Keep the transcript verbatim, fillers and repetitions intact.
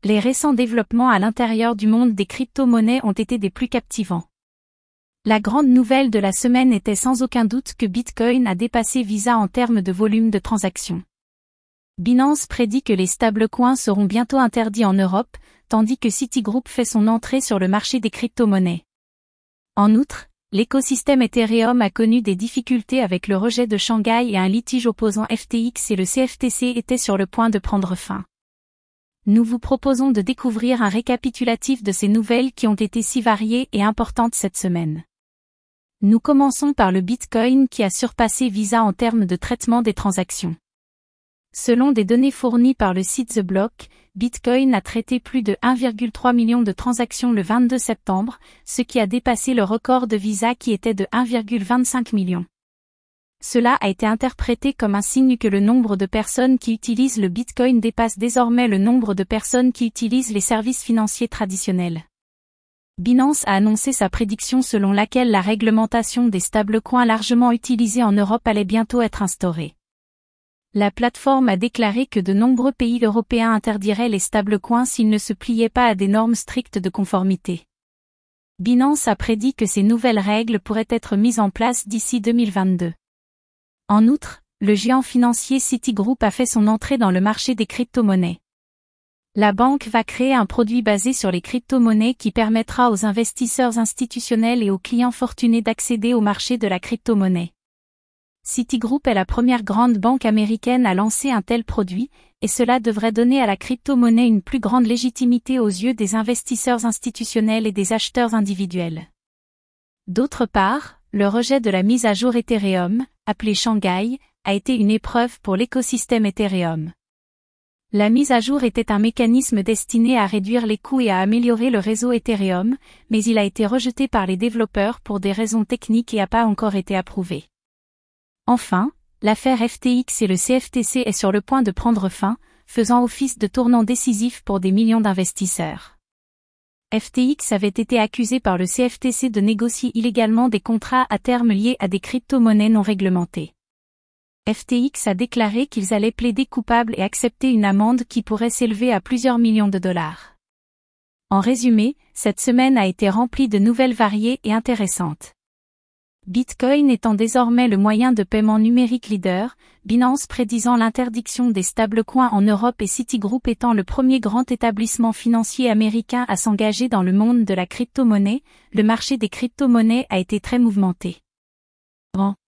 les récents développements à l'intérieur du monde des crypto-monnaies ont été des plus captivants. La grande nouvelle de la semaine était sans aucun doute que Bitcoin a dépassé Visa en termes de volume de transactions. Binance prédit que les stablecoins seront bientôt interdits en Europe, tandis que Citigroup fait son entrée sur le marché des crypto-monnaies. En outre, l'écosystème Ethereum a connu des difficultés avec le rejet de Shanghai et un litige opposant F T X et le C F T C était sur le point de prendre fin. Nous vous proposons de découvrir un récapitulatif de ces nouvelles qui ont été si variées et importantes cette semaine. Nous commençons par le Bitcoin qui a surpassé Visa en termes de traitement des transactions. Selon des données fournies par le site The Block, Bitcoin a traité plus de un virgule trois million de transactions le vingt-deux septembre, ce qui a dépassé le record de Visa qui était de un virgule vingt-cinq million. Cela a été interprété comme un signe que le nombre de personnes qui utilisent le Bitcoin dépasse désormais le nombre de personnes qui utilisent les services financiers traditionnels. Binance a annoncé sa prédiction selon laquelle la réglementation des stablecoins largement utilisés en Europe allait bientôt être instaurée. La plateforme a déclaré que de nombreux pays européens interdiraient les stablecoins s'ils ne se pliaient pas à des normes strictes de conformité. Binance a prédit que ces nouvelles règles pourraient être mises en place d'ici deux mille vingt-deux. En outre, le géant financier Citigroup a fait son entrée dans le marché des crypto-monnaies. La banque va créer un produit basé sur les crypto-monnaies qui permettra aux investisseurs institutionnels et aux clients fortunés d'accéder au marché de la crypto-monnaie. Citigroup est la première grande banque américaine à lancer un tel produit, et cela devrait donner à la crypto-monnaie une plus grande légitimité aux yeux des investisseurs institutionnels et des acheteurs individuels. D'autre part, le rejet de la mise à jour Ethereum, appelée Shanghai, a été une épreuve pour l'écosystème Ethereum. La mise à jour était un mécanisme destiné à réduire les coûts et à améliorer le réseau Ethereum, mais il a été rejeté par les développeurs pour des raisons techniques et n'a pas encore été approuvé. Enfin, l'affaire F T X et le C F T C est sur le point de prendre fin, faisant office de tournant décisif pour des millions d'investisseurs. F T X avait été accusé par le C F T C de négocier illégalement des contrats à terme liés à des crypto-monnaies non réglementées. F T X a déclaré qu'ils allaient plaider coupables et accepter une amende qui pourrait s'élever à plusieurs millions de dollars. En résumé, cette semaine a été remplie de nouvelles variées et intéressantes. Bitcoin étant désormais le moyen de paiement numérique leader, Binance prédisant l'interdiction des stablecoins en Europe et Citigroup étant le premier grand établissement financier américain à s'engager dans le monde de la crypto-monnaie, le marché des crypto-monnaies a été très mouvementé. Bon.